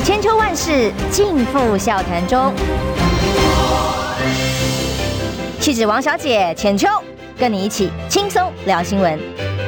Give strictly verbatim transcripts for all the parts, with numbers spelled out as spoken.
千秋万世尽付笑谈中。气质王小姐浅秋，跟你一起轻松聊新闻。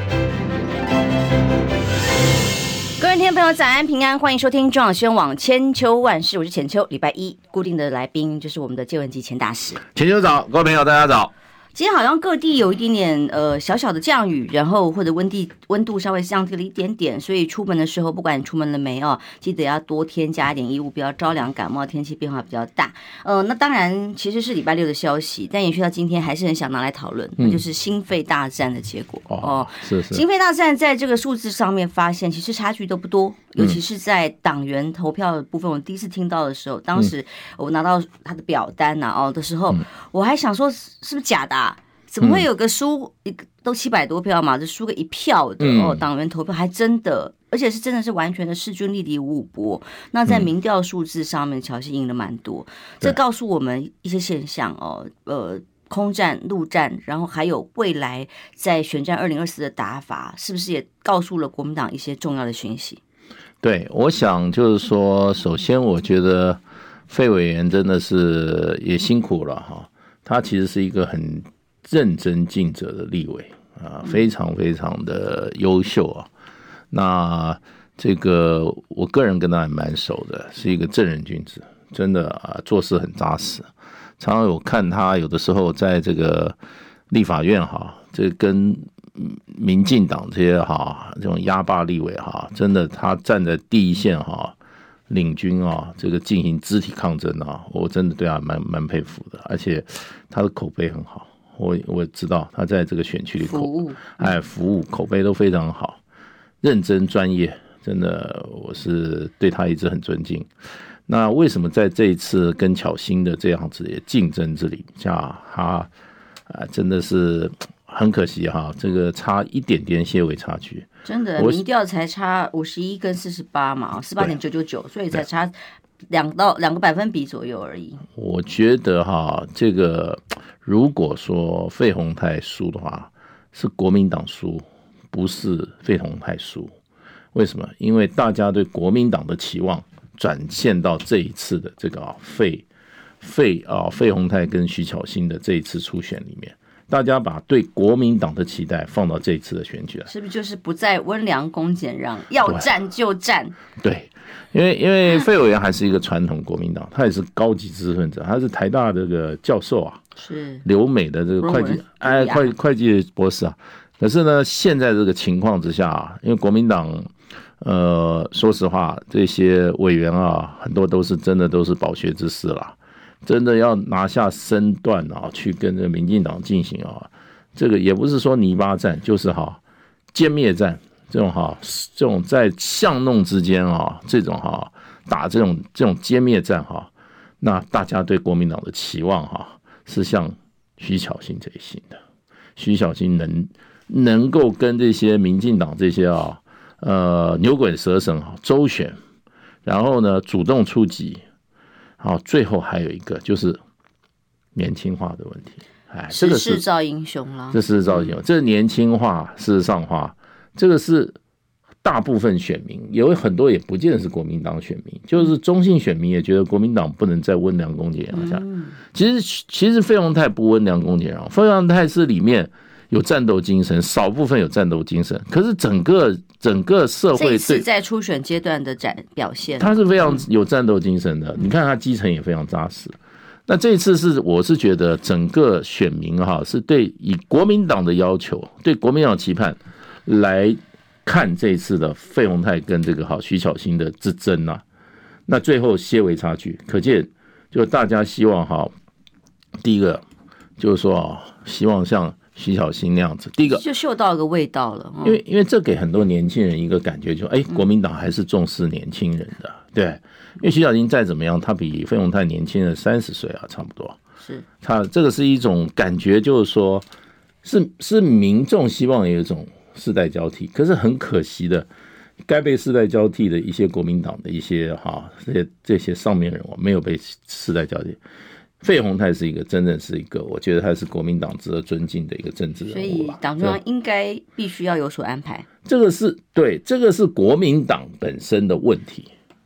各位听众朋友，早安平安，欢迎收听中广宣网千秋万世，我是浅秋。礼拜一固定的来宾就是我们的介文集钱大使。 浅秋早，各位朋友大家早。 今天好像各地有一点点呃小小的降雨，然后或者温地温度稍微降低了一点点，所以出门的时候，不管你出门了没哦，记得要多添加一点衣物，不要着凉感冒，天气变化比较大。呃，那当然其实是礼拜六的消息，但延续到今天还是很想拿来讨论，嗯、那就是心肺大战的结果哦。 哦是是， 心肺大战在这个数字上面发现，其实差距都不多。尤其是在党员投票的部分，我第一次听到的时候，当时我拿到他的表单啊哦的时候，我还想说是不是假的、啊？怎么会有个输一个都七百多票嘛，就输个一票的哦？党员投票还真的，而且是真的是完全的势均力敌五五波。那在民调数字上面，乔西赢了蛮多，这告诉我们一些现象哦，呃。空战、陆战，然后还有未来在选战二零二四的打法，是不是也告诉了国民党一些重要的讯息？ 对，我想就是说，首先我觉得费委员真的是也辛苦了哈，他其实是一个很认真尽责的立委啊，非常非常的优秀啊。那这个我个人跟他还蛮熟的，是一个正人君子，真的啊，做事很扎实。常常有看他有的时候在这个立法院哈，这跟民进党这些哈这种压霸立委哈，真的他站在第一线哈，领军啊，这个进行肢体抗争啊，我真的对他蛮蛮佩服的，而且他的口碑很好，我我知道他在这个选区里口服务，哎，服务口碑都非常好，认真专业，真的我是对他一直很尊敬。那为什么在这一次跟巧芯的这样子的竞争之里下，他啊真的是很可惜哈，这个差一点点些微差距， 真的民调才差五十一跟四十八嘛，四十八点九九九，所以才差两到两个百分比左右而已。 我觉得哈，这个如果说费鸿泰输的话，是国民党输，不是费鸿泰输。为什么？因为大家对国民党的期望转现到这一次的这个啊费费啊费鸿泰跟徐巧芯的这一次初选里面，大家把对国民党的期待放到这一次的选举来， 是不是就是不再温良恭俭让，要战就战？ 对，因为因为费委员还是一个传统国民党，他也是高级知识分子，他是台大这个教授啊， 是留美的这个会计哎会会计博士啊。可是呢，现在这个情况之下啊，因为国民党。呃，说实话，这些委员啊，很多都是真的都是饱学之士啦，真的要拿下身段啊，去跟这个民进党进行啊，这个也不是说泥巴战，就是哈歼灭战，这种哈这种在巷弄之间啊，这种哈打这种这种歼灭战哈，那大家对国民党的期望哈是像徐巧芯这一型的，徐巧芯能能够跟这些民进党这些啊。呃，牛鬼蛇神哈，周旋，然后呢，主动出击，好，最后还有一个就是年轻化的问题，哎，这个是造英雄了， 这是造英雄，这是年轻化、事实上化，这个是大部分选民，有很多也不见得是国民党选民，就是中性选民也觉得国民党不能再温良恭俭让下。嗯、其实，其实费鸿泰不温良恭俭让，费鸿泰是里面。有战斗精神，少部分有战斗精神，可是整个整个社会对这次在初选阶段的展表现， 他是非常有战斗精神的。嗯、你看他基层也非常扎实。那这一次是我是觉得整个选民哈是对以国民党的要求，对国民党的期盼来看这一次的费鸿泰跟这个好徐巧芯的之争啊。那最后些微差距，可见就大家希望哈，第一个就是说啊，希望像。徐巧芯那样子，第一个就嗅到一个味道了， 因为因为这给很多年轻人一个感觉就，就哎，国民党还是重视年轻人的，对，因为徐巧芯再怎么样，他比费鸿泰年轻人三十岁啊，差不多， 是， 他这个是一种感觉，就是说，是是民众希望有一种世代交替，可是很可惜的，该被世代交替的一些国民党的一些哈这些这些上面人物没有被世代交替。费鸿泰是一个真正是一个，我觉得他是国民党值得尊敬的一个政治人物， 所以党中央应该必须要有所安排。 这个是对，这个是国民党本身的问题，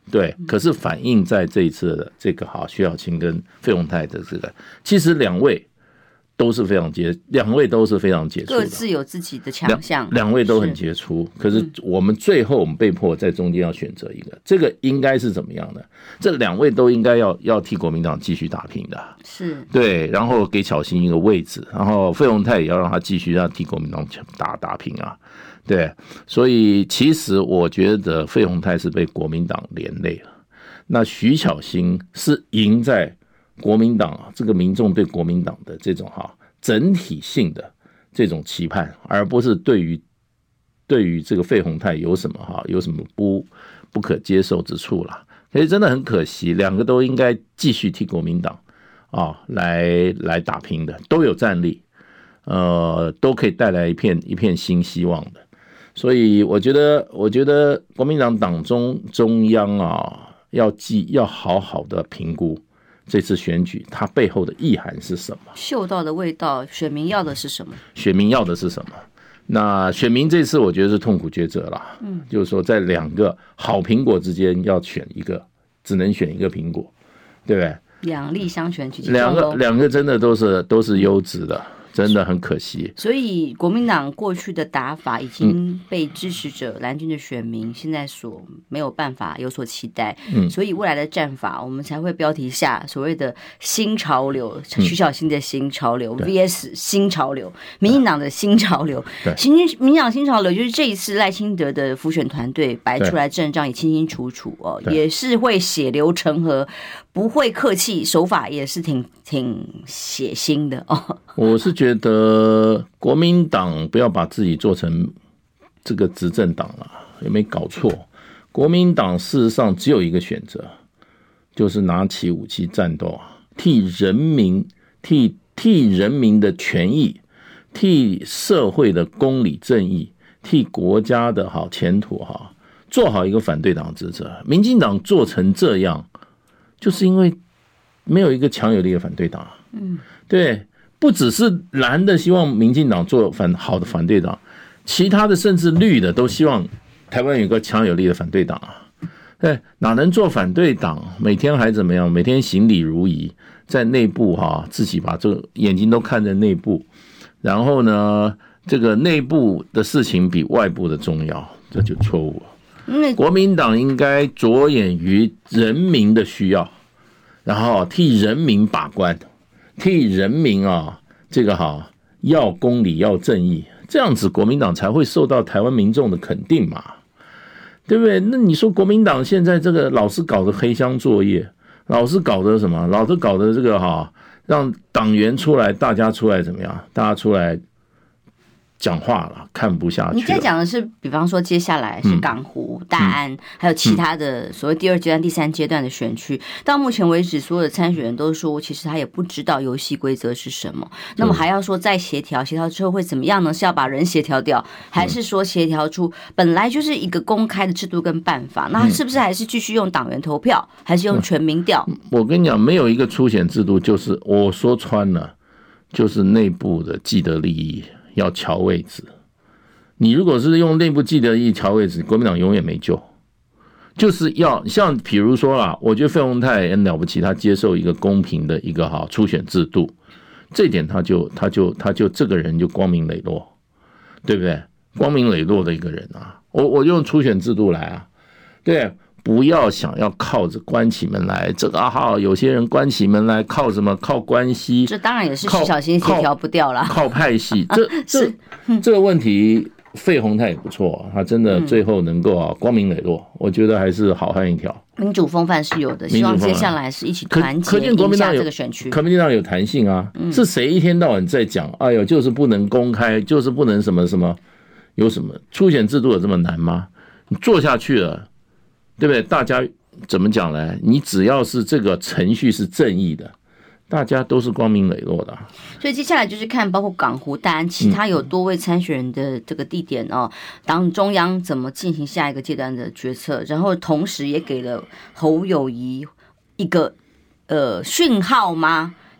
对，可是反映在这一次的这个哈徐小清跟费鸿泰的这个，其实两位都是非常杰，两位都是非常杰出的， 各自有自己的强项， 两位都很杰出。可是我们最后我们被迫在中间要选择一个，这个应该是怎么样的？这两位都应该要要替国民党继续打拼的， 是对，然后给巧芯一个位置，然后费鸿泰也要让他继续让替国民党打打拼啊。对，所以其实我觉得费鸿泰是被国民党连累了，那徐巧芯是赢在国民党这个民众对国民党的这种哈整体性的这种期盼，而不是对于对于这个费鸿泰有什么哈有什么不不可接受之处啦。所以真的很可惜，两个都应该继续替国民党啊来来打拼的，都有战力，呃，都可以带来一片一片新希望的。所以我觉得，我觉得国民党党中中央啊，要记要好好的评估这次选举它背后的意涵是什么， 嗅到的味道，选民要的是什么？ 选民要的是什么？那选民这次我觉得是痛苦抉择啦，嗯，就是说在两个好苹果之间要选一个，只能选一个苹果，对不对？ 两利相权取其重， 两个两个真的都是都是优质的。真的很可惜， 所以国民党过去的打法已经被支持者、蓝军的选民现在所没有办法有所期待，嗯，所以未来的战法，我们才会标题下所谓的新潮流，徐小芯的新潮流 V S 新潮流，民进党的新潮流，新民进党新潮流就是这一次赖清德的辅选团队摆出来阵仗也清清楚楚哦，也是会血流成河，不会客气，手法也是挺挺血腥的哦。 我是觉得国民党不要把自己做成这个执政党了，有没有搞错？国民党事实上只有一个选择，就是拿起武器战斗，替人民、替替人民的权益、替社会的公理正义、替国家的好前途哈，做好一个反对党职责。民进党做成这样，就是因为没有一个强有力的反对党，嗯，对。不只是蓝的希望民进党做反好的反对党，其他的甚至绿的都希望台湾有个强有力的反对党啊。对，哪能做反对党？每天还怎么样？每天行礼如仪，在内部哈、啊、自己把这个眼睛都看在内部，然后呢，这个内部的事情比外部的重要，这就错误了。国民党应该着眼于人民的需要，然后替人民把关。替人民啊，这个哈要公理要正义，这样子国民党才会受到台湾民众的肯定嘛，对不对？那你说国民党现在这个老是搞的黑箱作业，老是搞的什么？老是搞的这个哈，让党员出来，大家出来怎么样？大家出来讲话了，看不下去了。 你在讲的是，比方说接下来是港湖、嗯、大安、嗯，还有其他的所谓第二阶段、第三阶段的选区。到目前为止，所有的参选人都说，其实他也不知道游戏规则是什么。那么还要说再协调，协调之后会怎么样呢？是要把人协调掉，还是说协调出本来就是一个公开的制度跟办法？那是不是还是继续用党员投票，还是用全民调？ 我跟你讲，没有一个初选制度，就是我说穿了，就是内部的既得利益。要瞧位置，你如果是用内部既得利益瞧位置，国民党永远没救。就是要像比如说啦，我觉得费鸿泰很了不起，他接受一个公平的一个好初选制度，这点他就他就他就这个人就光明磊落，对不对？光明磊落的一个人啊，我我用初选制度来啊，对。不要想要靠着关起门来，这个哈，有些人关起门来靠什么？靠关系， 这当然也是徐小芯协调不掉啦。 靠派系，这这这个问题，费鸿泰也不错，他真的最后能够啊光明磊落，我觉得还是好汉一条。 民主风范是有的，希望接下来是一起团结赢下这个选区。 可民进党有弹性啊，嗯、是谁一天到晚在讲？哎呦，就是不能公开，就是不能什么什么，有什么初选制度有这么难吗？你做下去了。对不对？大家怎么讲呢？你只要是这个程序是正义的，大家都是光明磊落的、啊。 所以接下来就是看包括港湖、大安其他有多位参选人的这个地点哦，党中央怎么进行下一个阶段的决策，然后同时也给了侯友宜一个呃讯号吗？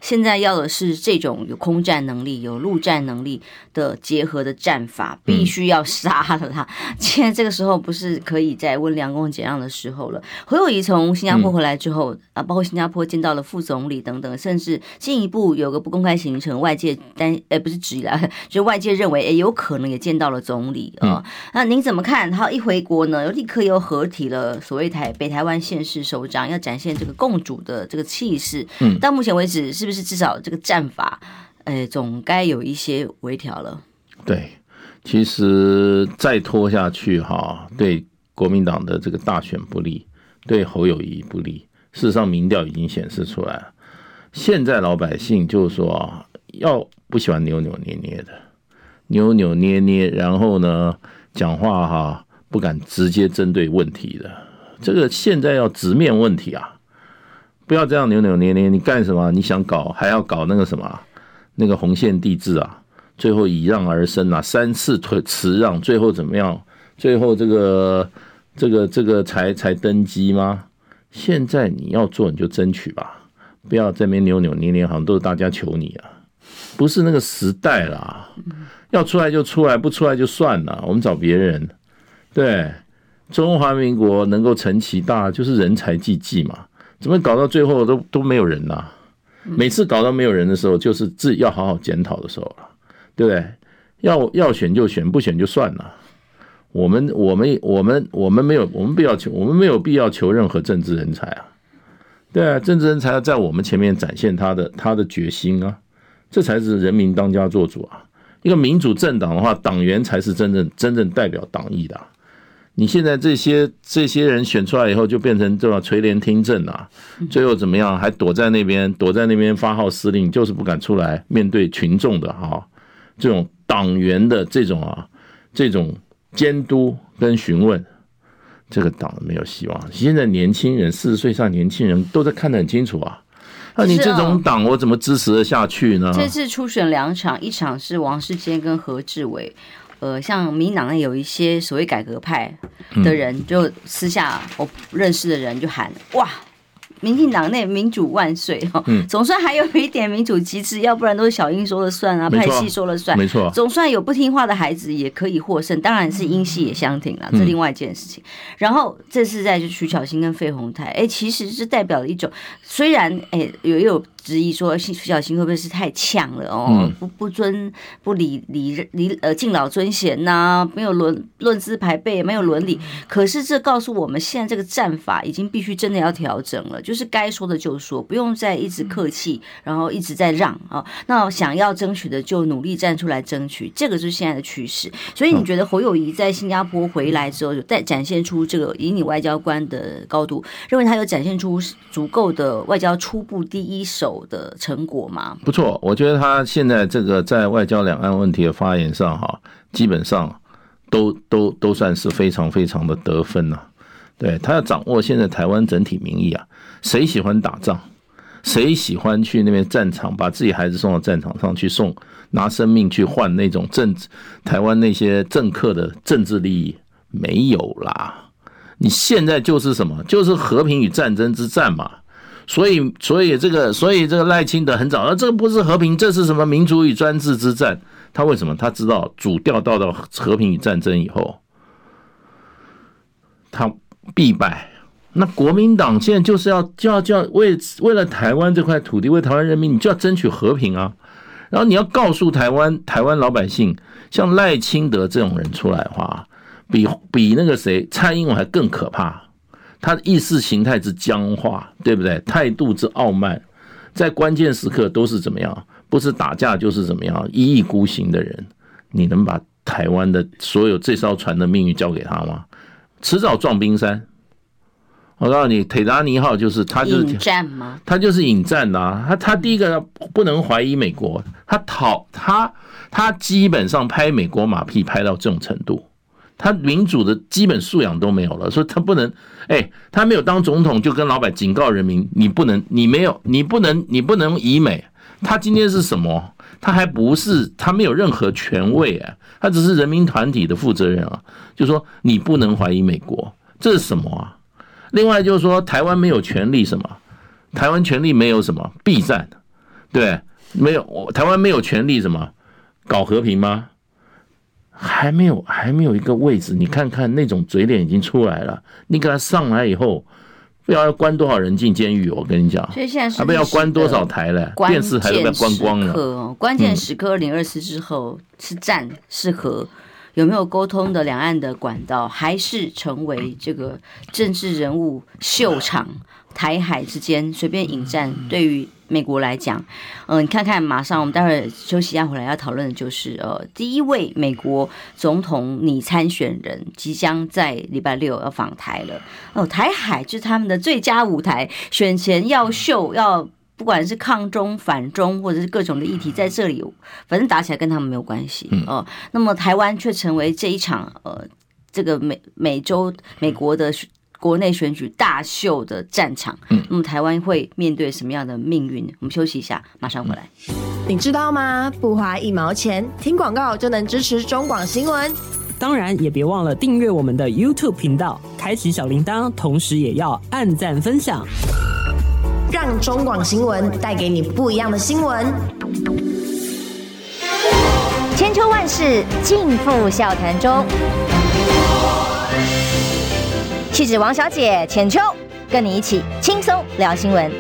现在要的是这种有空战能力、有陆战能力的结合的战法，必须要杀了他。现在这个时候不是可以在温良恭俭让的时候了。侯友宜从新加坡回来之后、嗯、啊，包括新加坡见到了副总理等等，甚至进一步有个不公开行程，外界担呃不是质疑啦，就外界认为诶有可能也见到了总理啊、嗯。那您怎么看？他一回国呢，立刻又合体了所谓台北台湾县市首长，要展现这个共主的这个气势。嗯，到目前为止，是不是至少这个战法，呃，总该有一些微调了？ 对，其实再拖下去哈，对国民党的这个大选不利，对侯友宜不利。事实上，民调已经显示出来了。现在老百姓就是说，要不喜欢扭扭捏捏的，扭扭捏捏，然后呢，讲话哈不敢直接针对问题的。这个现在要直面问题啊，不要这样扭扭捏捏。你干什么？你想搞还要搞那个什么，那个红线地质啊，最后以让而生啊，三次辞让，最后怎么样？最后这个这个这个才才登基吗？现在你要做你就争取吧。不要在那边扭扭捏捏，好像都是大家求你啊，不是那个时代啦。要出来就出来，不出来就算了，我们找别人。对，中华民国能够成其大，就是人才济济嘛。怎么搞到最后都都没有人啊？每次搞到没有人的时候，就是自己要好好检讨的时候了，对不对？要要选就选，不选就算了。我们我们我们我们没有我们不要求，我们没有必要求任何政治人才啊。对啊，政治人才要在我们前面展现他的他的决心啊，这才是人民当家作主啊。一个民主政党的话，党员才是真正真正代表党意的、啊。你现在这些这些人选出来以后，就变成这种垂帘听政啊，最后怎么样？还躲在那边，躲在那边发号施令，就是不敢出来面对群众的哈、啊，这种党员的这种啊这种监督跟询问。这个党没有希望。现在年轻人，四十岁以上年轻人都在看得很清楚啊。那你这种党，我怎么支持得下去呢？ 这次初选两场，一场是王世坚跟何志伟。呃，像民进党内有一些所谓改革派的人，就私下我认识的人就喊哇。民进党内民主万岁哈、嗯，总算还有一点民主机制，要不然都是小英说了算啊，派系说了算， 没错， 总算有不听话的孩子也可以获胜，当然是英系也相挺了，这是另外一件事情。嗯、然后这次在就徐巧芯跟费鸿泰，哎，其实是代表了一种，虽然哎有也有质疑说徐巧芯会不会是太呛了哦，嗯、不不尊不理理理呃敬老尊贤呐、啊，没有论论资排辈，没有伦理，可是这告诉我们，现在这个战法已经必须真的要调整了，就。就是该说的就说，不用再一直客气，然后一直在让啊。那想要争取的就努力站出来争取，这个是现在的趋势。所以你觉得侯友宜在新加坡回来之后，有在展现出这个以你外交官的高度，认为他有展现出足够的外交初步第一手的成果吗？ 不错，我觉得他现在这个在外交两岸问题的发言上，哈，基本上都都都算是非常非常的得分啊。对，他要掌握现在台湾整体民意啊，谁喜欢打仗，谁喜欢去那边战场，把自己孩子送到战场上去送，拿生命去换那种政治台湾那些政客的政治利益，没有啦。你现在就是什么，就是和平与战争之战嘛。所以，所以这个，所以这个赖清德很早，啊，这个不是和平，这是什么民主与专制之战？他为什么？他知道主调到到和平与战争以后，他必败。那国民党现在就是要就要就要为为了台湾这块土地，为台湾人民，你就要争取和平啊。然后你要告诉台湾台湾老百姓，像赖清德这种人出来的话，比比那个谁蔡英文还更可怕。他的意识形态之僵化，对不对？态度之傲慢，在关键时刻都是怎么样？不是打架就是怎么样？一意孤行的人，你能把台湾的所有这艘船的命运交给他吗？迟早撞冰山。我告诉你，铁达尼号就是他就是引战吗？ 他就是引战的啊！他他第一个不能怀疑美国，他讨他他基本上拍美国马屁拍到这种程度，他民主的基本素养都没有了，所以他不能哎，他没有当总统就跟老板警告人民，你不能，你没有，你不能，你不能以美。他今天是什么？他还不是，他没有任何权位啊，他只是人民团体的负责人啊。就说你不能怀疑美国，这是什么啊？另外就是说，台湾没有权利什么？台湾权利没有什么避战， 对，没有，台湾没有权利什么搞和平吗？还没有，还没有一个位置。你看看那种嘴脸已经出来了，你给他上来以后。不要关多少人进监狱，我跟你讲。 所以现在是不要关多少台了，电视台都被关光了。 关键时刻，二零二四之后、嗯、是战是和，有没有沟通的两岸的管道，还是成为这个政治人物秀场？台海之间随便引战，对于美国来讲，嗯、呃，你看看，马上我们待会儿休息一下回来要讨论的就是，呃，第一位美国总统拟参选人即将在礼拜六要访台了。哦，台海就是他们的最佳舞台，选前要秀，要不管是抗中反中或者是各种的议题，在这里，反正打起来跟他们没有关系哦、呃。那么台湾却成为这一场呃，这个美美洲美国的。国内选举大秀的战场，那么台湾会面对什么样的命运？我们休息一下，马上回来。 你知道吗？不花一毛钱，听广告就能支持中广新闻。 当然，也别忘了订阅我们的 YouTube 频道，开启小铃铛，同时也要按赞分享， 让中广新闻带给你不一样的新闻。 千秋万世尽付笑谈中。气质王小姐浅秋，跟你一起轻松聊新闻。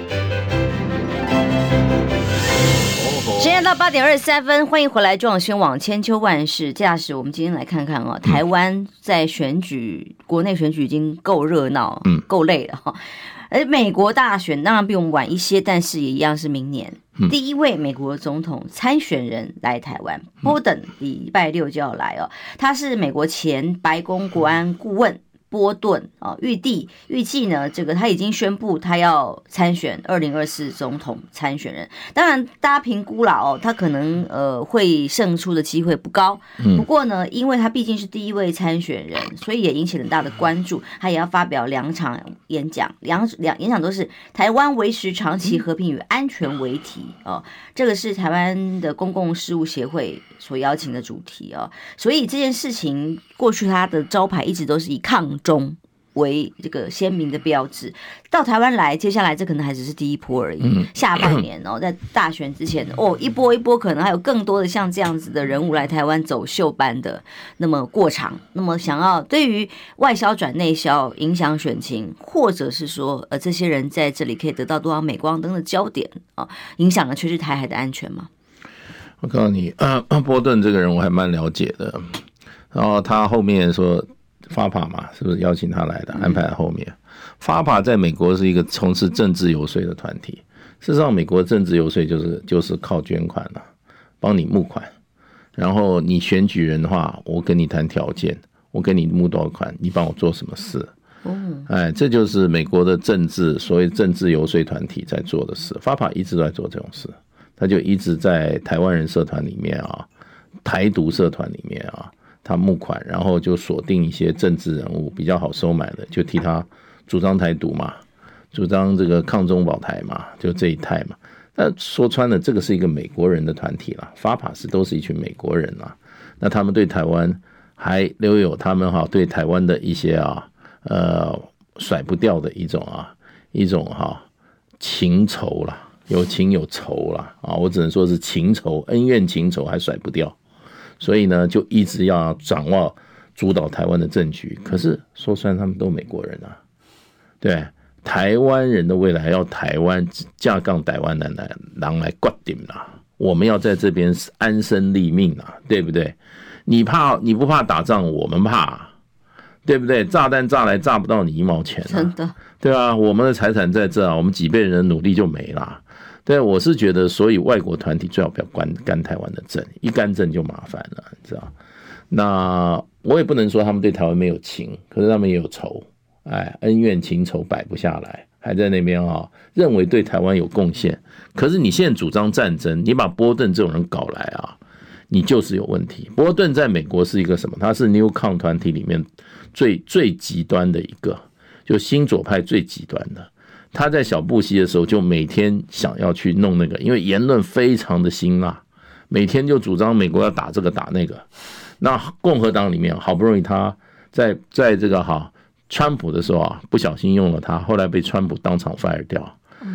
时间到八点二十三分，欢迎回来，中广新闻网千秋万世。驾驶，我们今天来看看哦，台湾在选举，国内选举已经够热闹，嗯，够累了哈。而美国大选当然比我们晚一些，但是也一样是明年。嗯、第一位美国总统参选人来台湾，波登礼拜六就要来哦。他是美国前白宫国安顾问。波顿啊，预计预计呢，这个他已经宣布他要参选二零二四总统参选人。当然，大家评估了哦，他可能呃会胜出的机会不高。不过呢，因为他毕竟是第一位参选人，所以也引起很大的关注。他也要发表两场演讲，两两演讲都是台湾维持长期和平与安全为题哦。这个是台湾的公共事务协会所邀请的主题哦。所以这件事情过去他的招牌一直都是以抗中为这个鲜明的标志，到台湾来，接下来这可能还只是第一波而已。嗯、下半年哦，在大选之前哦，一波一波，可能还有更多的像这样子的人物来台湾走秀般的那么过场，那么想要对于外销转内销影响选情，或者是说呃这些人在这里可以得到多少镁光灯的焦点啊、哦，影响的却是台海的安全吗？ 我告诉你，呃，波顿这个人我还蛮了解的，然后他后面说。F A P A 嘛，是不是邀请他来的？安排在后面。F A P A 在美国是一个从事政治游说的团体。事实上，美国政治游说就是就是靠捐款了、啊，帮你募款。然后你选举人的话，我跟你谈条件，我给你募多少款，你帮我做什么事？嗯，哎，这就是美国的政治所谓政治游说团体在做的事。F A P A 一直都在做这种事，他就一直在台湾人社团里面啊，台独社团里面啊。他募款，然后就锁定一些政治人物比较好收买的，就替他主张台独嘛，主张这个抗中保台嘛，就这一派嘛。那说穿了，这个是一个美国人的团体啦 ，F A P A 是都是一群美国人啦。那他们对台湾还留有他们哈对台湾的一些啊呃甩不掉的一种啊一种哈情仇啦，有情有仇啦啊，我只能说是情仇，恩怨情仇还甩不掉。所以呢，就一直要掌握主导台湾的政局。可是说穿，他们都美国人啊，对，台湾人的未来要台湾架杠台湾人来狼来决定啦。我们要在这边安身立命啊，对不对？你怕你不怕打仗，我们怕，对不对？炸弹炸来炸不到你一毛钱、啊， 真的，对啊，我们的财产在这啊，我们几辈人的努力就没啦。对，我是觉得，所以外国团体最好不要干干台湾的政，一干政就麻烦了，你知道？那我也不能说他们对台湾没有情，可是他们也有仇，哎，恩怨情仇摆不下来，还在那边啊，认为对台湾有贡献。可是你现在主张战争，你把波顿这种人搞来啊，你就是有问题。波顿在美国是一个什么？他是 New Con 团体里面最最极端的一个，就新左派最极端的。他在小布希的时候就每天想要去弄那个，因为言论非常的辛辣，每天就主张美国要打这个打那个。那共和党里面好不容易他在在这个哈川普的时候啊，不小心用了他，后来被川普当场 fire 掉。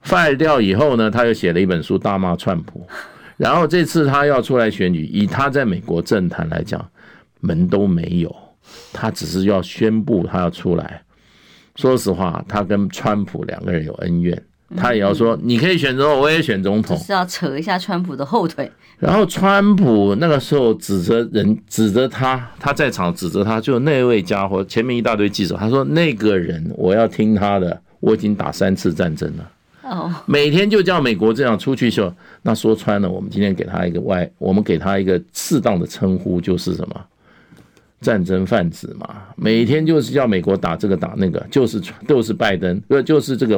fire 掉以后呢，他又写了一本书大骂川普。然后这次他要出来选举，以他在美国政坛来讲，门都没有，他只是要宣布他要出来。说实话，他跟川普两个人有恩怨，他也要说你可以选总统，我也选总统， 就是要扯一下川普的后腿。 然后川普那个时候指责人，指责他，他在场指责他，就那位家伙，前面一大堆记者，他说那个人我要听他的，我已经打三次战争了。 哦， 每天就叫美国这样出去秀，那说穿了，我们今天给他一个外，我们给他一个适当的称呼，就是什么战争贩子嘛。每天就是叫美国打这个打那个，就是就是拜登，就是这个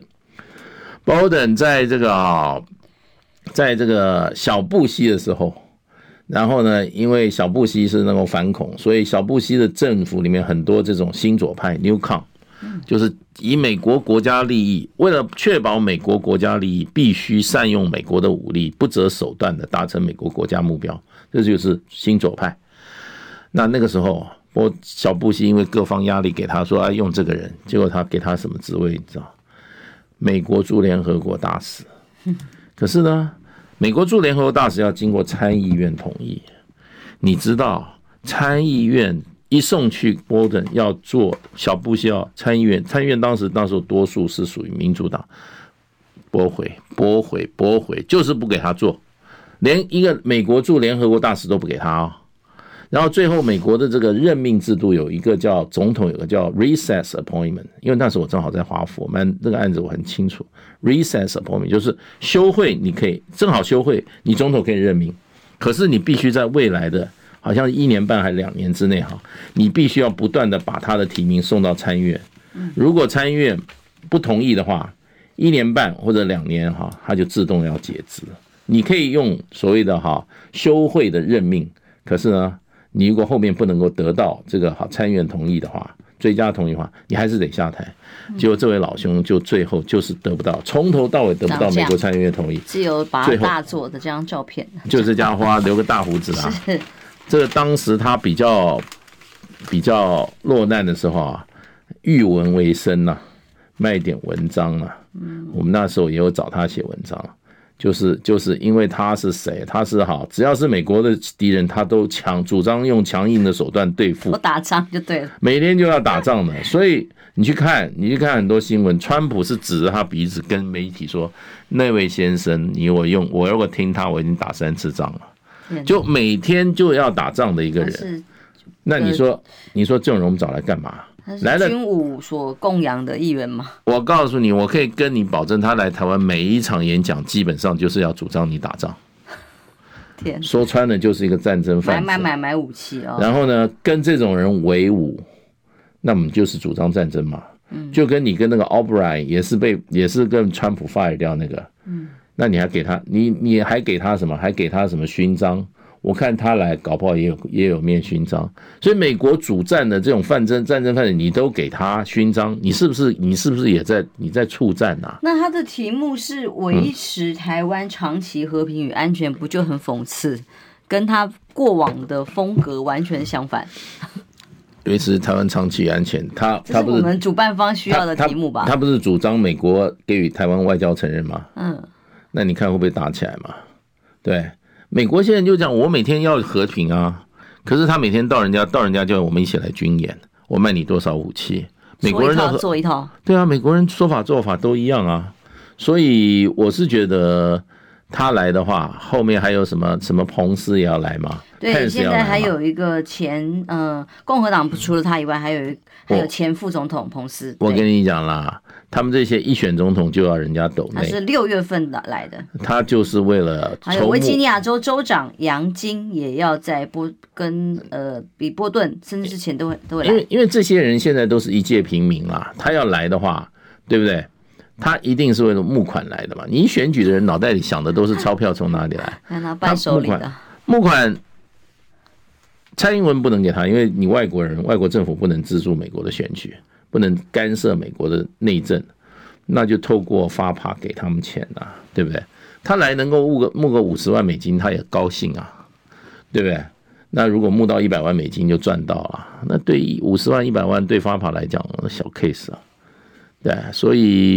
Biden。Biden 在这个啊，在这个小布希的时候，然后呢，因为小布希是那种反恐，所以小布希的政府里面很多这种新左派 Newcom。就是以美国国家利益，为了确保美国国家利益，必须善用美国的武力，不择手段的达成美国国家目标，这就是新左派。那那个时候，我小布希因为各方压力给他说，啊，用这个人，结果他给他什么职位？你知道？美国驻联合国大使。可是呢，美国驻联合国大使要经过参议院同意。你知道参议院一送去波顿要做小布希要参议院，参议院当时那时候多数是属于民主党，驳回驳回驳回，就是不给他做，连一个美国驻联合国大使都不给他哦。然后最后美国的这个任命制度有一个叫总统，有个叫 recess appointment， 因为那时候我正好在华府，我们这个案子我很清楚 recess appointment 就是休会，你可以正好休会，你总统可以任命，可是你必须在未来的好像一年半还两年之内哈，你必须要不断的把他的提名送到参议院。如果参议院不同意的话，一年半或者两年哈，他就自动要解职。你可以用所谓的哈休会的任命，可是呢，你如果后面不能够得到这个好参议院同意的话，追加同意的话，你还是得下台。结果这位老兄就最后就是得不到，从头到尾得不到美国参议院同意， 只有把他大做的这张照片， 就这家伙留个大胡子啦。 是。 这个当时他比较比较落难的时候啊，寓文为生呐、啊，卖一点文章啊。嗯，我们那时候也有找他写文章，就是就是因为他是谁，他是好，只要是美国的敌人，他都强主张用强硬的手段对付。 我打仗就对了， 每天就要打仗的，所以你去看，你去看很多新闻，川普是指着他鼻子跟媒体说：“那位先生，你我用我如果听他，我已经打三次仗了。”就每天就要打仗的一个人，那你说，你说这种人我们找来干嘛？ 来了军武所供养的议员吗？ 我告诉你，我可以跟你保证，他来台湾每一场演讲，基本上就是要主张你打仗。 天， 说穿了就是一个战争贩子， 买买买买武器哦。 然后呢，跟这种人为伍，那么就是主张战争嘛。嗯，就跟你跟那个 Albright 也是被也是跟川普 fire 掉那个，嗯。那你还给他，你你还给他什么？还给他什么勋章？我看他来搞不好也有也有面勋章。所以美国主战的这种战争战争犯人，你都给他勋章，你是不是你是不是也在你在处战啊？ 那他的题目是维持台湾长期和平与安全，不就很讽刺？跟他过往的风格完全相反。 维持台湾长期安全，他他不是我们主办方需要的题目吧？ 他, 他, 他不是主张美国给予台湾外交承认吗？ 嗯。 那你看会不会打起来嘛？对，美国现在就讲，我每天要和平啊，可是他每天到人家到人家叫我们一起来军演，我卖你多少武器？美国人说一套做一套， 对啊，美国人说法做法都一样啊，所以我是觉得他来的话，后面还有什么什么彭斯也要来嘛？ 对，现在还有一个前呃共和党除了他以外，还有还有前副总统彭斯。 我跟你讲啦。他们这些一选总统就要人家抖内， 他是六月份的来的， 他就是为了还有维吉尼亚州州长杨金也要在波跟呃比波顿甚至之前都会都会来， 因为因为这些人现在都是一介平民啦，他要来的话，对不对？他一定是为了募款来的嘛。你一选举的人脑袋里想的都是钞票从哪里来， 看他伴手礼的募款。蔡英文不能给他，因为你外国人，外国政府不能资助美国的选举。不能干涉美国的内政，那就透过发帕给他们钱啊，对不对？他来能够募个募个五十万美金，他也高兴啊，对不对？那如果募到一百万美金就赚到了，那对五十万、一百万对发帕来讲小 case 啊，对，所以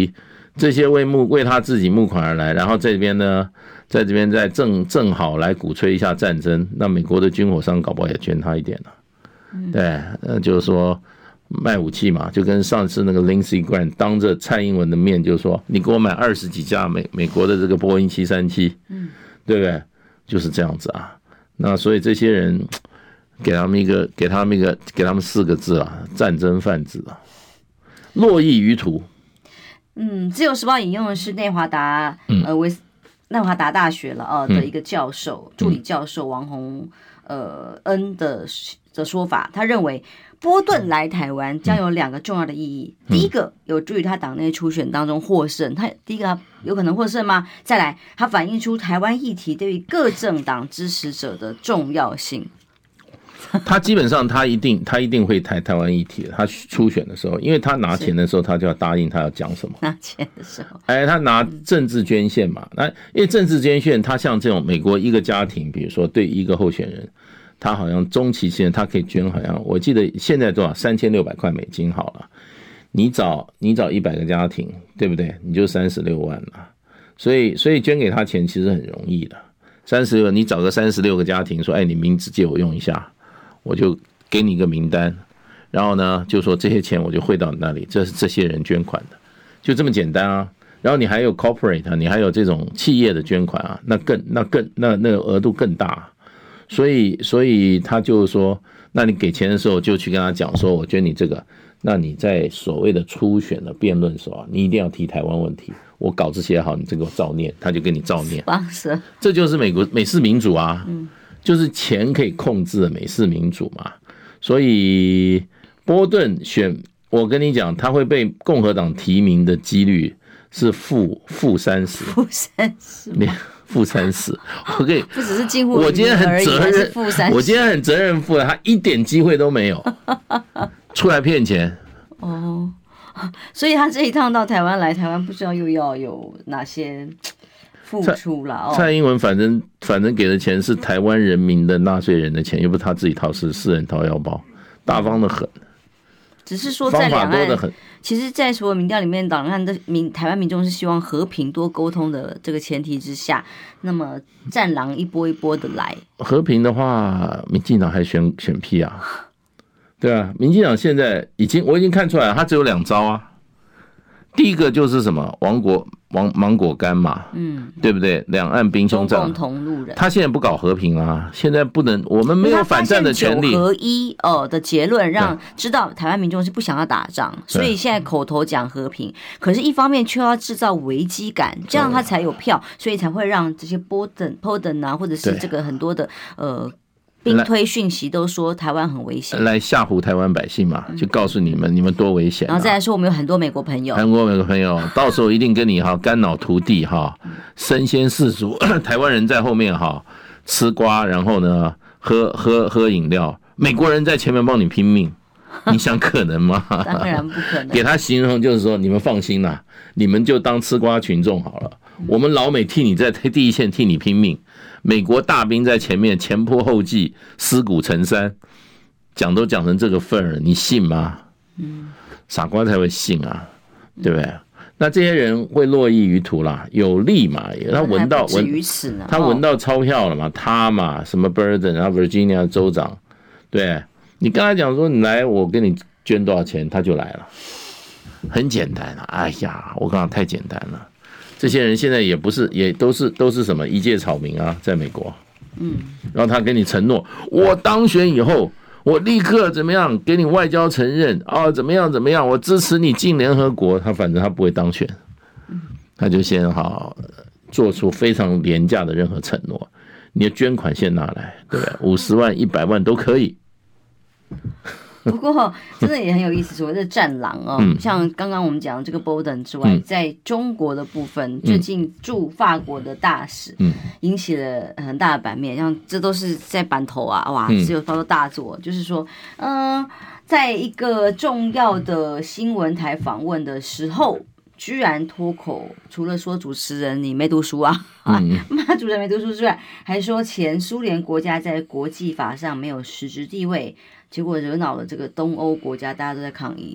这些为募为他自己募款而来，然后这边呢，在这边再正正好来鼓吹一下战争，那美国的军火商搞不好也捐他一点了、啊，对，那就是说卖武器嘛，就跟上次那个 Lindsey Graham 当着蔡英文的面就说，你给我买二十几架美美国的这个波音七三七，嗯，对不对？就是这样子啊。那所以这些人给他们一个，给他们一个，给他们四个字啊，战争贩子啊，落益于途。 嗯，自由时报引用的是内华达、嗯、呃维内华达大学了呃的一个教授、嗯、助理教授王洪呃恩的的说法，他认为波顿来台湾将有两个重要的意义。嗯、第一个有助于他党内初选当中获胜，他第一个他有可能获胜吗？再来，他反映出台湾议题对于各政党支持者的重要性。 他基本上他一定他一定会台台湾议题的。他初选的时候，因为他拿钱的时候，他就要答应他要讲什么。 拿钱的时候， 哎，他拿政治捐献嘛。那因为政治捐献，他像这种美国一个家庭，比如说对一个候选人，他好像中期间他可以捐，好像我记得现在多少三千六百块美金好了。你找你找一百个家庭，对不对？你就三十六万了。所以所以捐给他钱其实很容易的。三十六，你找个三十六个家庭说，哎，你名字借我用一下。我就给你一个名单，然后呢，就说这些钱我就汇到你那里，这是这些人捐款的，就这么简单啊。然后你还有 corporate， 你还有这种企业的捐款啊，那更那更那那个额度更大、啊。所以所以他就说，那你给钱的时候就去跟他讲说，我捐你这个，那你在所谓的初选的辩论的时候啊，你一定要提台湾问题。我稿子写好，你这个照念，他就跟你照念。这就是美国美式民主啊。嗯，就是钱可以控制的美式民主嘛，所以波顿选，我跟你讲，他会被共和党提名的几率是负负三十， 负三十， 负三十。我可以不只是近乎我今天很责任，我今天很责任负的，他一点机会都没有，出来骗钱。 哦，所以他这一趟到台湾来，台湾不知道又要有哪些付出了哦。 蔡英文反正反正给的钱是台湾人民的纳税人的钱，又不是他自己掏，是私人掏腰包，大方的很。 只是说在两岸，其实，在所有民调里面，两岸的民台湾民众是希望和平多沟通的这个前提之下，那么战狼一波一波的来。 和平的话，民进党还选选屁啊？对啊，民进党现在已经我已经看出来了，他只有两招啊。第一个就是什么亡国亡芒果干嘛，嗯，对不对？两岸兵凶战， 共同路人。 他现在不搞和平啊，现在不能，我们没有反战的权利。 九合一哦的结论让知道台湾民众是不想要打仗，所以现在口头讲和平，可是一方面却要制造危机感，这样他才有票，所以才会让这些波登波登啊，或者是这个很多的呃。兵推讯息都说台湾很危险， 来吓唬台湾百姓嘛，就告诉你们你们多危险、啊。 然后再来说，我们有很多美国朋友， 韩国美国朋友，到时候一定跟你哈肝脑涂地哈，身先士卒，台湾人在后面哈吃瓜，然后呢喝喝喝饮料，美国人在前面帮你拼命，你想可能吗？ 当然不可能。 给他形容就是说，你们放心啦，你们就当吃瓜群众好了，我们老美替你在第一线替你拼命。美国大兵在前面前仆后继，尸骨成山，讲都讲成这个份儿，你信吗？嗯，傻瓜才会信啊，对不对？那这些人会落益于途啦，有利嘛？他闻到闻，他闻到钞票了嘛？他嘛，什么 Burden 然后 Virginia 州长，对你跟他讲说你来，我给你捐多少钱，他就来了，很简单啊！哎呀，我刚刚太简单了。这些人现在也不是，也都是都是什么一介草民啊，在美国，嗯，然后他跟你承诺，我当选以后，我立刻怎么样，给你外交承认啊、哦，怎么样怎么样，我支持你进联合国。他反正他不会当选，他就先好做出非常廉价的任何承诺，你的捐款先拿来，对不对？五十万、一百万都可以。 不过真的也很有意思，所谓的战狼哦，嗯、像刚刚我们讲的这个 Bolton 之外，嗯、在中国的部分，最近驻法国的大使，嗯、引起了很大的版面，像这都是在版头啊，哇，只有发作大作，嗯、就是说，嗯、呃，在一个重要的新闻台访问的时候。居然脱口，除了说主持人你没读书啊，啊骂主持人没读书之外，还说前苏联国家在国际法上没有实质地位，结果惹恼了这个东欧国家，大家都在抗议。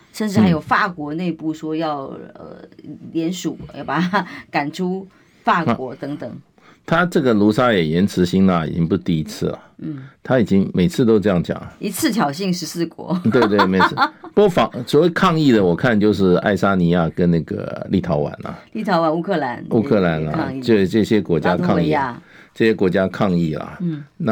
甚至还有法国内部说要呃联署要把他赶出法国等等。 他这个卢沙野言辞辛辣已经不是第一次了，嗯，他已经每次都这样讲， 一次挑衅十四国。 对对，没事。不过反所谓抗议的，我看就是爱沙尼亚跟那个立陶宛啊， 立陶宛、乌克兰、 乌克兰啊，这这些国家抗议，这些国家抗议啦。嗯，那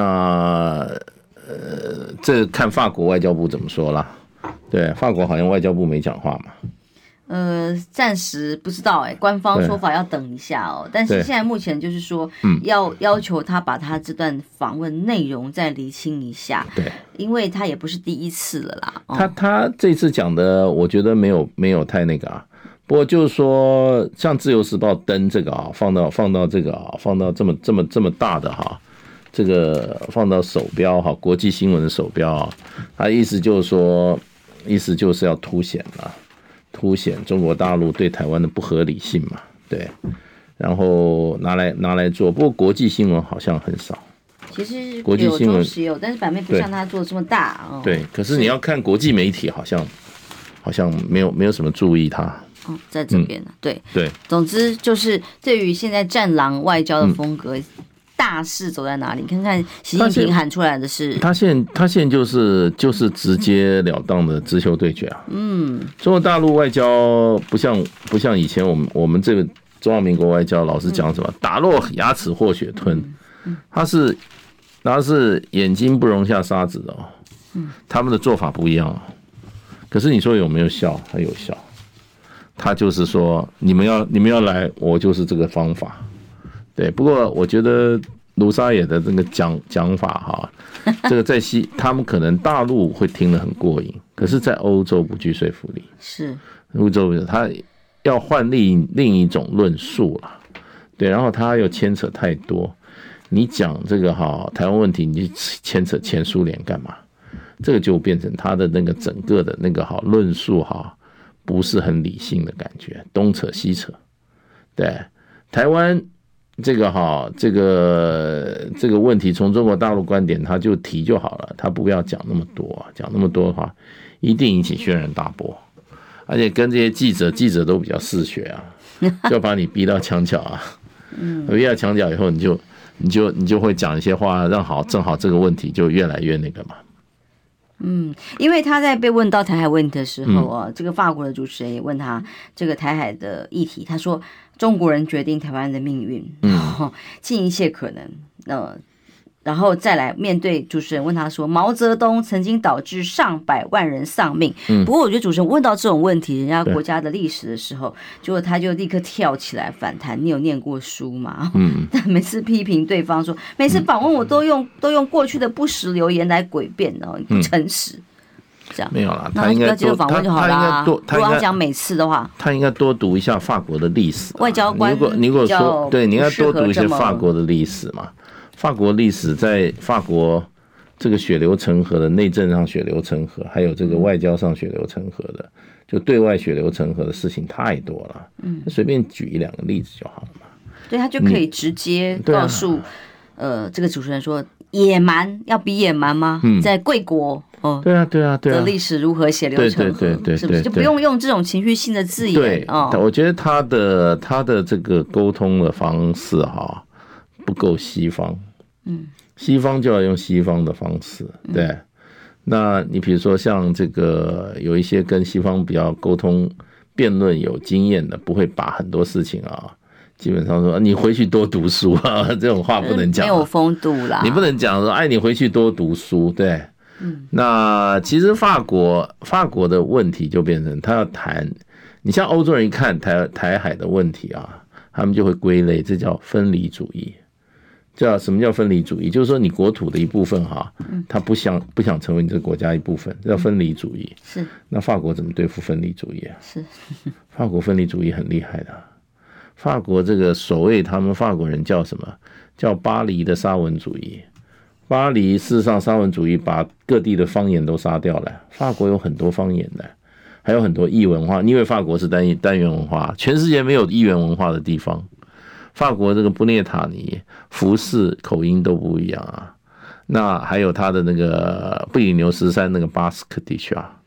呃，这看法国外交部怎么说啦？对，法国好像外交部没讲话嘛。 呃，暂时不知道哎、欸，官方说法要等一下哦。但是现在目前就是说，要要求他把他这段访问内容再厘清一下。 对， 因为他也不是第一次了啦。 哦、他他这次讲的，我觉得没有没有太那个啊。不过就是说，像《自由时报》登这个啊，放到放到这个啊，放到这么这么这么大的哈，这个放到首标哈，国际新闻的首标啊，他意思就是说，意思就是要凸显了。凸显中国大陆对台湾的不合理性嘛，对，然后拿来拿来做。不过国际新闻好像很少， 其实国际新闻有，但是版面不像他做的这么大哦。 对，可是你要看国际媒体，好像好像没有没有什么注意他。 哦，在这边呢、嗯，对对。 总之就是对于现在战狼外交的风格。嗯，大势走在哪里？看看习近平喊出来的是， 他现他现在就是就是直截了当的直球对决啊。嗯，中国大陆外交不像不像以前我们我们这个中华民国外交老是讲什么、嗯、打落牙齿或血吞，他是他是眼睛不容下沙子的哦。嗯，他们的做法不一样、哦，可是你说有没有效？他有效，他就是说你们要你们要来，我就是这个方法。对，不过我觉得卢沙野的这个讲讲法哈，这个在西他们可能大陆会听得很过瘾，可是在欧洲不具说服力。 是， 欧洲他要换另另一种论述啦，对，然后他又牵扯太多。你讲这个哈台湾问题，你牵扯前苏联干嘛？这个就变成他的那个整个的那个哈论述哈，不是很理性的感觉，东扯西扯。对，台湾。这个哈，这个这个问题从中国大陆观点，他就提就好了，他不要讲那么多，讲那么多的话，一定引起轩然大波，而且跟这些记者，记者都比较嗜血啊，就把你逼到墙角啊，逼到墙角以后，你就你就你就会讲一些话，让好正好这个问题就越来越那个嘛。 嗯，因为他在被问到台海问题的时候啊，嗯、这个法国的主持人也问他这个台海的议题，他说中国人决定台湾的命运，然后尽一切可能，呃，然后再来面对主持人问他说，毛泽东曾经导致上百万人丧命。嗯、不过我觉得主持人问到这种问题，人家国家的历史的时候，结果他就立刻跳起来反弹。你有念过书吗？嗯，但每次批评对方说，每次访问我都用、嗯、都用过去的不实流言来诡辩，然后不诚实。嗯这样没有啦，他应该接受访问就好啦。如果他讲每次的话， 他应该多读一下法国的历史、啊。 外交官如果你如果说对，你应该多读一些法国的历史嘛。法国历史在法国这个血流成河的内政上血流成河，还有这个外交上血流成河的，就对外血流成河的事情太多了。嗯，随便举一两个例子就好了嘛。 对，他就可以直接告诉、啊、呃这个主持人说，野蛮要比野蛮吗？嗯、在贵国。哦， 对啊，对啊，对啊， 的历史如何血流成河？对对对对，是不是就不用用这种情绪性的字眼？ 对，哦，我觉得他的他的这个沟通的方式哈不够西方，嗯，西方就要用西方的方式，对。嗯、那你比如说像这个有一些跟西方比较沟通辩论有经验的，不会把很多事情啊。基本上说你回去多读书啊，这种话不能讲、啊， 没有风度啦。 你不能讲说，哎，你回去多读书，对。嗯，那其实法国法国的问题就变成他要谈，你像欧洲人一看台台海的问题啊，他们就会归类，这叫分离主义。叫什么叫分离主义？就是说你国土的一部分哈，他不想不想成为你这个国家一部分，这叫分离主义。 是。 那法国怎么对付分离主义啊？ 是。 法国分离主义很厉害的。法国这个所谓他们法国人叫什么？叫巴黎的沙文主义。巴黎事实上沙文主义把各地的方言都杀掉了，法国有很多方言的，还有很多异文化。你以为法国是单单元文化，全世界没有异元文化的地方。法国这个布列塔尼、福氏口音都不一样啊。那还有他的那个布里牛斯山那个巴斯克地区啊，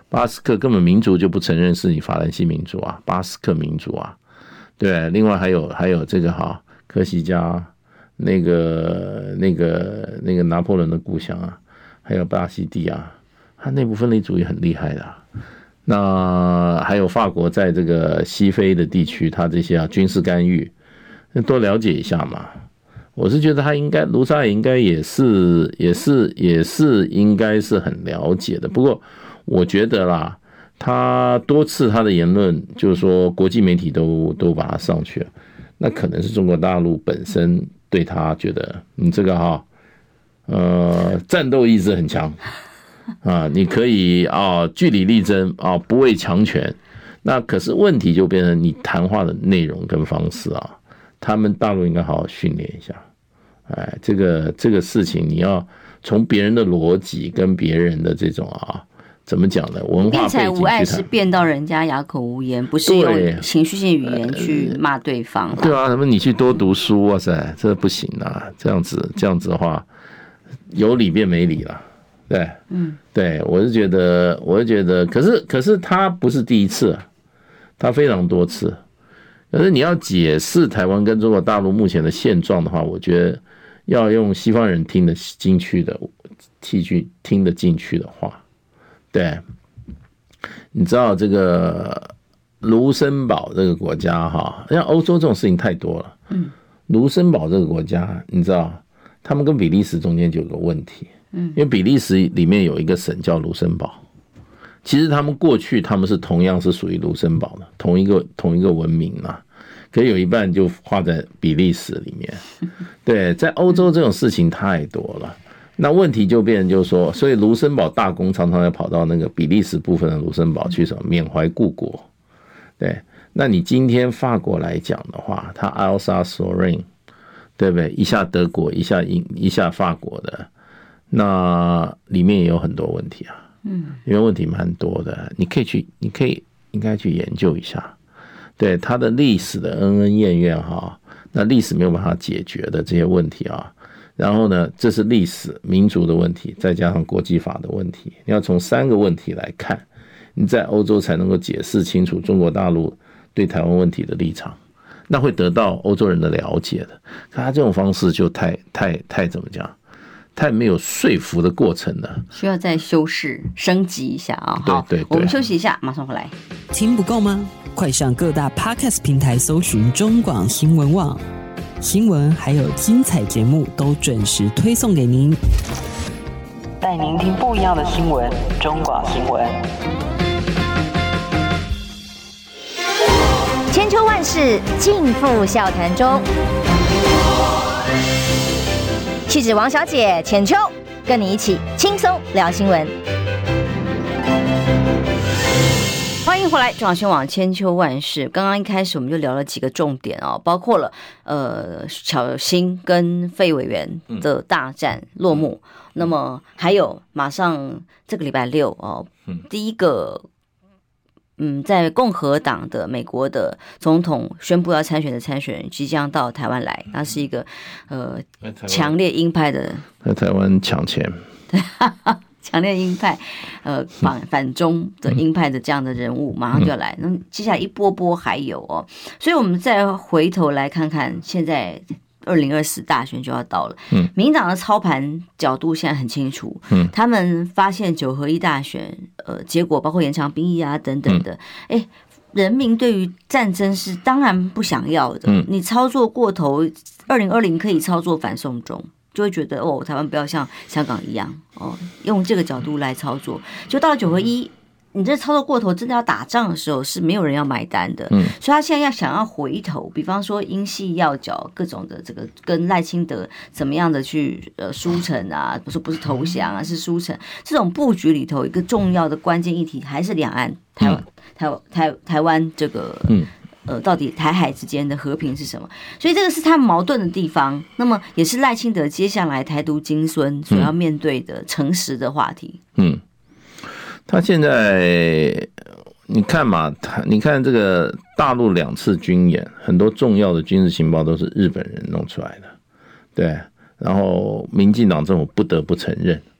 巴斯克根本民族就不承认是你法兰西民族啊，巴斯克民族啊，对。另外还有还有这个哈科西嘉，那个那个那个拿破仑的故乡啊，还有巴西蒂啊，他内部分类主义很厉害的、啊。那还有法国在这个西非的地区，他这些啊军事干预，多了解一下嘛。我是觉得他应该，卢沙也应该也是也是也是应该是很了解的。不过我觉得啦，他多次他的言论就是说国际媒体都都把他上去了，那可能是中国大陆本身对他觉得你这个哈呃战斗意志很强啊，你可以啊据理力争啊，不畏强权。那可是问题就变成你谈话的内容跟方式啊，他们大陆应该好好训练一下。哎，这个这个事情你要从别人的逻辑跟别人的这种啊，怎么讲呢？文化背景去谈。辩才无碍是辩到人家哑口无言，不是用情绪性语言去骂对方。 对啊，什么你去多读书，哇塞，这不行啊！这样子这样子的话，有理变没理了。对，嗯，对，我是觉得，我是觉得，可是可是他不是第一次，他非常多次。可是你要解释台湾跟中国大陆目前的现状的话，我觉得要用西方人听得进去的、听得进去的话。对，你知道这个卢森堡这个国家哈，像欧洲这种事情太多了。嗯，卢森堡这个国家，你知道，他们跟比利时中间就有个问题。嗯，因为比利时里面有一个省叫卢森堡，其实他们过去他们是同样是属于卢森堡的，同一个同一个文明啊，可是有一半就划在比利时里面。对，在欧洲这种事情太多了，那问题就变成就是说，所以卢森堡大公常常要跑到那个比利时部分的卢森堡去什么缅怀故国。对，那你今天法国来讲的话，它 Alsace-Lorraine， 对不对？一下德国，一下英，一下法国的。那里面也有很多问题啊，嗯，因为问题蛮多的，你可以去，你可以应该去研究一下，对它的历史的恩恩怨怨哈，那历史没有办法解决的这些问题啊，然后呢，这是历史民族的问题，再加上国际法的问题，你要从三个问题来看，你在欧洲才能够解释清楚中国大陆对台湾问题的立场，那会得到欧洲人的了解的。可他这种方式就太太太怎么讲？太没有说服的过程了， 需要再修饰升级一下啊！ 好，对对对， 我们休息一下，马上回来。 听不够吗？快上各大 Podcast 平台搜寻中广新闻网，新闻还有精彩节目都准时推送给您， 带您听不一样的新闻。中广新闻， 千秋万世尽付笑谈中。气质王小姐浅秋，跟你一起轻松聊新闻。 欢迎回来，中广新闻网千秋万世。刚刚一开始我们就聊了几个重点哦，包括了呃巧芯跟费委员的大战落幕，嗯、那么还有马上这个礼拜六哦，嗯、第一个。嗯，在共和党的美国的总统宣布要参选的参选人即将到台湾来，那是一个呃强烈鹰派的， 在台湾抢钱， 强烈鹰派呃反反中的鹰派的这样的人物马上就要来，那接下来一波波还有哦，所以我们再回头来看看现在。二零二四大选就要到了，嗯，民进党的操盘角度现在很清楚，嗯，他们发现九合一大选，呃，结果包括延长兵役啊等等的，哎、嗯，人民对于战争是当然不想要的，嗯，你操作过头，二零二零可以操作反送中，就会觉得哦，台湾不要像香港一样哦，用这个角度来操作，就到了九合一。你这操作过头，真的要打仗的时候是没有人要买单的，嗯，所以他现在要想要回头，比方说英系要角各种的这个跟赖清德怎么样的去呃输成啊，不是不是投降啊，是输成这种布局里头一个重要的关键议题还是两岸台湾、嗯、台台台湾这个嗯。呃，到底台海之间的和平是什么？所以这个是他们矛盾的地方，那么也是赖清德接下来台独金孙所要面对的诚实的话题。嗯。 他现在你看嘛，他你看这个大陆两次军演，很多重要的军事情报都是日本人弄出来的，对。然后民进党政府不得不承认，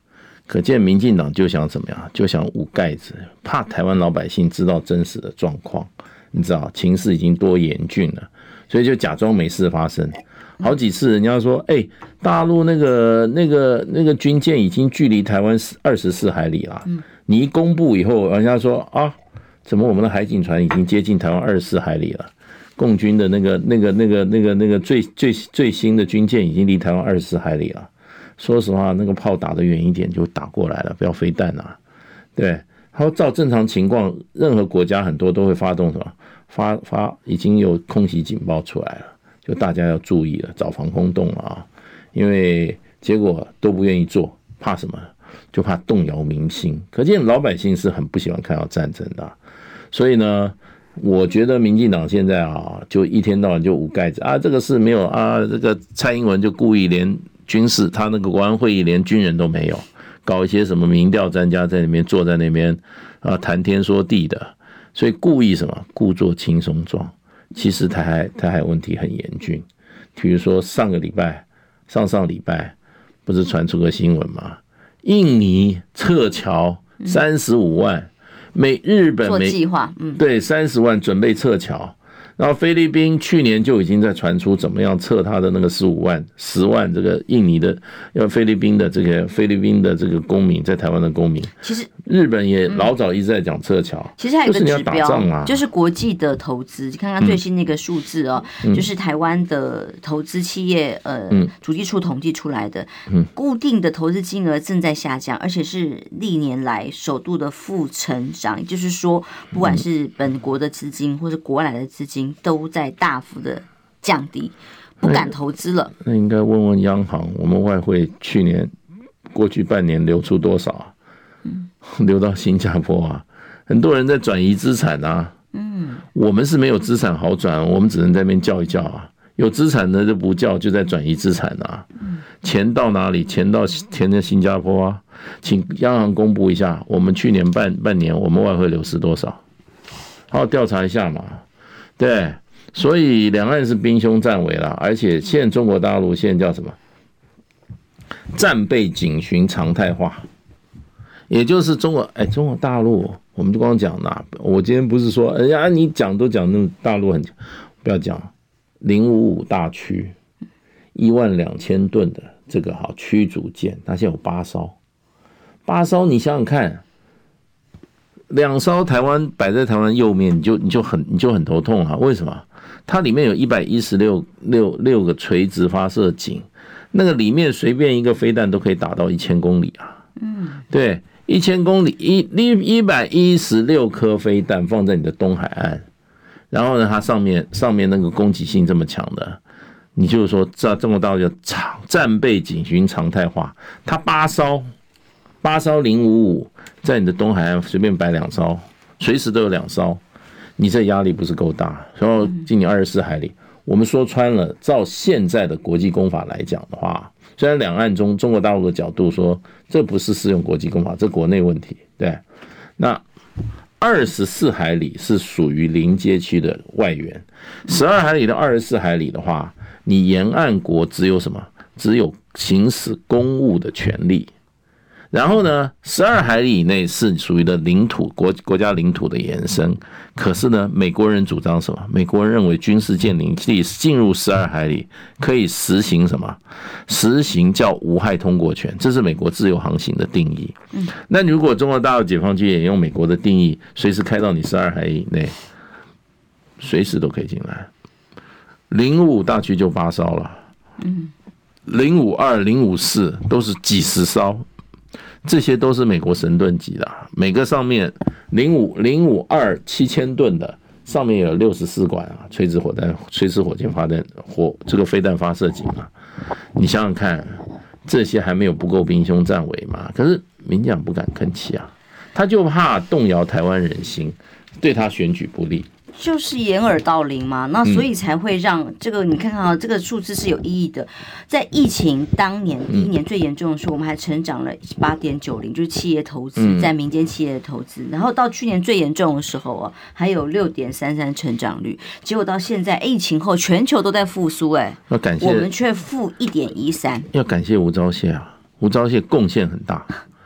可见民进党就想怎么样，就想捂盖子，怕台湾老百姓知道真实的状况。你知道情势已经多严峻了，所以就假装没事发生。好几次人家说，哎、欸，大陆那个那个那个军舰已经距离台湾二十四海里了。你一公布以后，人家说啊，怎么我们的海警船已经接近台湾二十四海里了？共军的那个那个那个那个那个最最最新的军舰已经离台湾二十四海里了。说实话，那个炮打得远一点就打过来了，不要飞弹啊。对，他说照正常情况，任何国家很多都会发动什么？发发已经有空袭警报出来了，就大家要注意了，找防空洞了啊。因为结果都不愿意做，怕什么？就怕动摇民心。可见老百姓是很不喜欢看到战争的、啊，所以呢。我觉得民进党现在啊，就一天到晚就捂盖子啊，这个事没有啊，这个蔡英文就故意连军事，他那个国安会议连军人都没有，搞一些什么民调专家在里面坐在那边啊谈天说地的，所以故意什么故作轻松状。其实台海台海问题很严峻，比如说上个礼拜、上上礼拜不是传出个新闻吗？印尼撤侨三十五万。美日本做计划，嗯， 对，三十万准备撤侨，然后菲律宾去年就已经在传出怎么样撤他的那个十五万、十万这个印尼的要菲律宾的这个菲律宾的这个公民在台湾的公民， 其实日本也老早一直在讲撤侨、嗯， 其实还有一个指标， 就是, 啊、 就是国际的投资，看看最新那个数字哦，嗯、就是台湾的投资企业呃，嗯、主计处统计出来的，嗯、固定的投资金额正在下降，而且是历年来首度的负成长，也就是说，不管是本国的资金或是国外来的资金，都在大幅的降低，不敢投资了。 那应该问问央行，我们外汇去年过去半年流出多少啊？嗯、流到新加坡啊，很多人在转移资产啊。嗯，我们是没有资产好转，我们只能在那边叫一叫啊。有资产的就不叫，就在转移资产啊。嗯、钱到哪里？钱到钱在新加坡啊。请央行公布一下，我们去年半半年我们外汇流失多少？好好调查一下嘛。对，所以两岸是兵凶战危啦，而且现在中国大陆现在叫什么？战备警巡常态化。也就是中国，哎，中国大陆，我们就光讲哪？我今天不是说，哎呀，你讲都讲那么大陆很，不要讲零五五大驱，一万两千吨的这个好驱逐舰，它现在有八艘，八艘，你想想看，两艘台湾摆在台湾右面，你就你就很你就很头痛啊？为什么？它里面有一百一十六六六个垂直发射井，那个里面随便一个飞弹都可以打到一千公里啊！嗯，对。一千公里，一一百一十六颗飞弹放在你的东海岸，然后呢，它上面上面那个攻击性这么强的，你就是说，这中国大陆叫常战备警巡常态化，它八艘八艘零五五在你的东海岸随便摆两艘，随时都有两艘，你这压力不是够大？然后近你二十四海里，我们说穿了，照现在的国际公法来讲的话。虽然两岸中中国大陆的角度说这不是适用国际公法，这国内问题，对。那二十四海里是属于临街区的外缘，十二海里到二十四海里的话，你沿岸国只有什么？只有行使公务的权利。然后呢，十二海里以内是属于的领土国国家领土的延伸。可是呢，美国人主张什么？美国人认为军事舰领地进入十二海里可以实行什么？实行叫无害通过权，这是美国自由航行的定义。嗯，那如果中国大陆解放军也用美国的定义，随时开到你十二海里以内，随时都可以进来。零五大区就八艘了，嗯，零五二、零五四都是几十艘。这些都是美国神盾级的，每个上面零五零五二七千吨的，上面有六十四管啊，垂直火弹、垂直火箭发弹火这个飞弹发射井啊，你想想看，这些还没有不够兵凶战危嘛？可是民进党不敢吭气啊，他就怕动摇台湾人心，对他选举不利。 就是掩耳盗铃嘛，那所以才会让这个你看看啊，这个数字是有意义的。在疫情当年第一年最严重的时候，我们还成长了八点九零，就是企业投资在民间企业的投资。然后到去年最严重的时候啊，还有六点三三成长率。结果到现在疫情后，全球都在复苏，哎， 要感谢我们却负一点一三。 要感谢吴钊燮啊，吴钊燮贡献很大。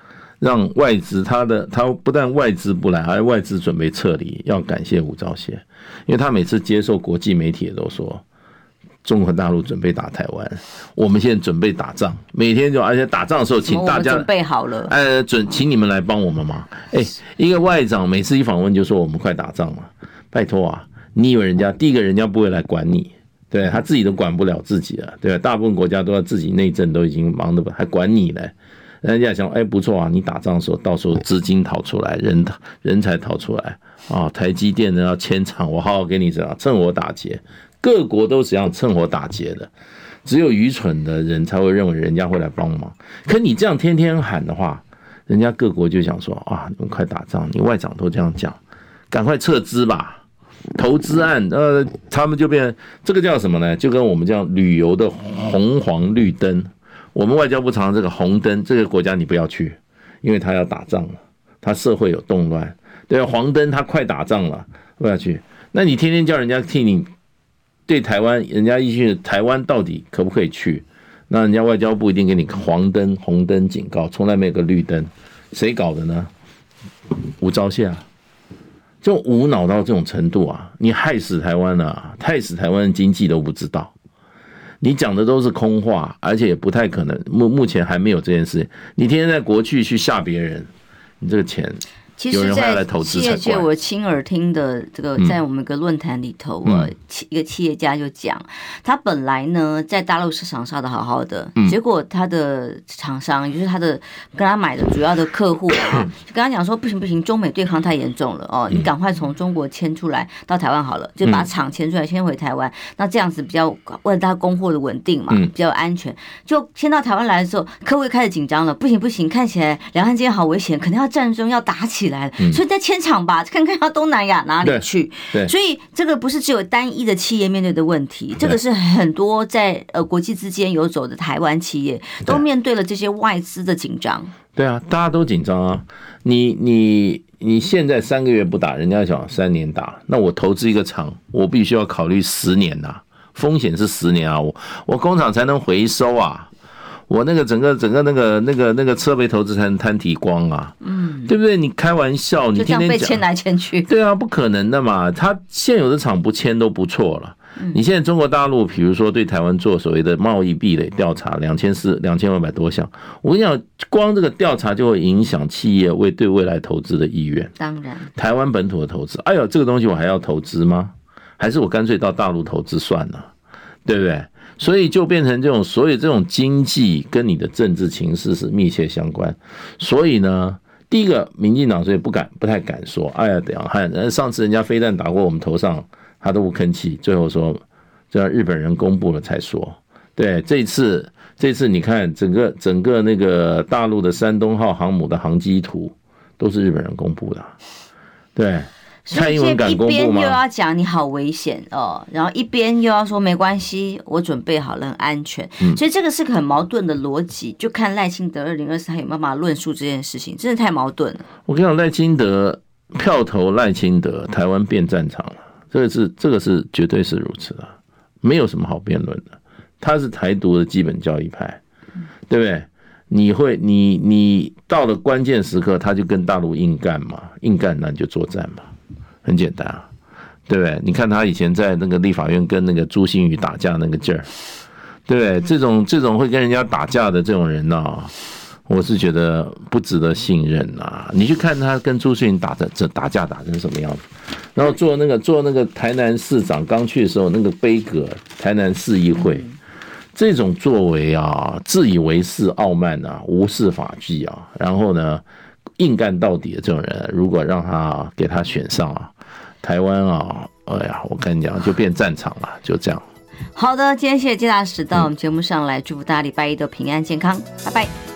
让外资他的他不但外资不来，还外资准备撤离，要感谢吴钊燮，因为他每次接受国际媒体都说。中国大陆准备打台湾，我们现在准备打仗，每天就而且打仗的时候，请大家准备好了， 呃，准请你们来帮我们嘛。哎，一个外长每次一访问就说我们快打仗了，拜托啊！你以为人家第一个人家不会来管你，对他自己都管不了自己了，对吧？大部分国家都要自己内政都已经忙得不，还管你嘞？人家想，哎，不错啊，你打仗的时候，到时候资金逃出来，人人才逃出来啊！台积电呢要迁厂，我好好给你这样趁火打劫。各国都是这样趁火打劫的，只有愚蠢的人才会认为人家会来帮忙。可你这样天天喊的话，人家各国就想说啊，你们快打仗，你外长都这样讲，赶快撤资吧。投资案，呃，他们就变这个叫什么呢？就跟我们这样旅游的红黄绿灯，我们外交部常常这个红灯，这个国家你不要去，因为他要打仗了，他社会有动乱。对，黄灯他快打仗了，不要去。那你天天叫人家替你。对台湾，人家一句台湾到底可不可以去？那人家外交部一定给你黄灯、红灯警告，从来没有个绿灯，谁搞的呢？吴钊燮啊，就无脑到这种程度啊！你害死台湾了、啊，害死台湾的经济都不知道，你讲的都是空话，而且也不太可能。目目前还没有这件事，你天天在国去去吓别人，你这个钱。 其实，在企业界，我亲耳听的这个，在我们一个论坛里头，呃，一个企业家就讲，他本来呢在大陆市场上的好好的，结果他的厂商，也就是他的跟他买的主要的客户啊，就跟他讲说，不行不行，中美对抗太严重了哦，你赶快从中国迁出来到台湾好了，就把厂迁出来，迁回台湾，那这样子比较为了他供货的稳定嘛，比较安全。就迁到台湾来的时候，客户开始紧张了，不行不行，看起来两岸之间好危险，可能要战争要打起来。所以在迁厂吧，看看到东南亚哪里去。所以这个不是只有单一的企业面对的问题，这个是很多在呃国际之间游走的台湾企业都面对了这些外资的紧张。 对啊，大家都紧张啊！你你你现在三个月不打，人家想三年打，那我投资一个厂，我必须要考虑十年呐、啊，风险是十年啊，我我工厂才能回收啊。我那个整个整个那个那个那个设备投资才能摊提光啊，嗯，对不对？你开玩笑，你天天讲就这样被迁来迁去， 对啊，不可能的嘛。他现有的厂不迁都不错了。你现在中国大陆，比如说对台湾做所谓的贸易壁垒调查，两千四两千二百多项，我跟你讲，光这个调查就会影响企业为对未来投资的意愿。 当然， 台湾本土的投资，哎呦，这个东西我还要投资吗？还是我干脆到大陆投资算了，对不对？所以就变成这种，所以这种经济跟你的政治情势是密切相关。所以呢，第一个，民进党所以不敢、不太敢说，哎呀，等下看，上次人家飞弹打过我们头上，他都不吭气，最后说，这要日本人公布了才说。对，这一次，这次你看整个整个那个大陆的山东号航母的航机图都是日本人公布的，对。蔡英文敢公布吗？ 一边又要讲你好危险哦，然后一边又要说没关系，我准备好了，很安全。嗯、所以这个是个很矛盾的逻辑，就看赖清德二零二四他有没有办法论述这件事情，真的太矛盾了。 我跟你讲，赖清德票投赖清德，台湾变战场了，这个是这个是绝对是如此的，没有什么好辩论的。他是台独的基本教义派，对不对？你会你你到了关键时刻，他就跟大陆硬干嘛？硬干那你就作战嘛。很简单啊，对不对？你看他以前在那个立法院跟那个朱新宇打架那个劲儿，对不对？这种这种会跟人家打架的这种人呢、啊，我是觉得不值得信任啊！你去看他跟朱新宇打的这打架打成什么样子，然后做那个做那个台南市长刚去的时候那个杯葛台南市议会，这种作为啊，自以为是、傲慢啊，无视法纪啊，然后呢硬干到底的这种人，如果让他给他选上啊。台湾啊，哎呀，我跟你讲，就变战场了，就这样。 好的，今天谢谢介大使到我们节目上来，祝福大家礼拜一都平安健康，拜拜。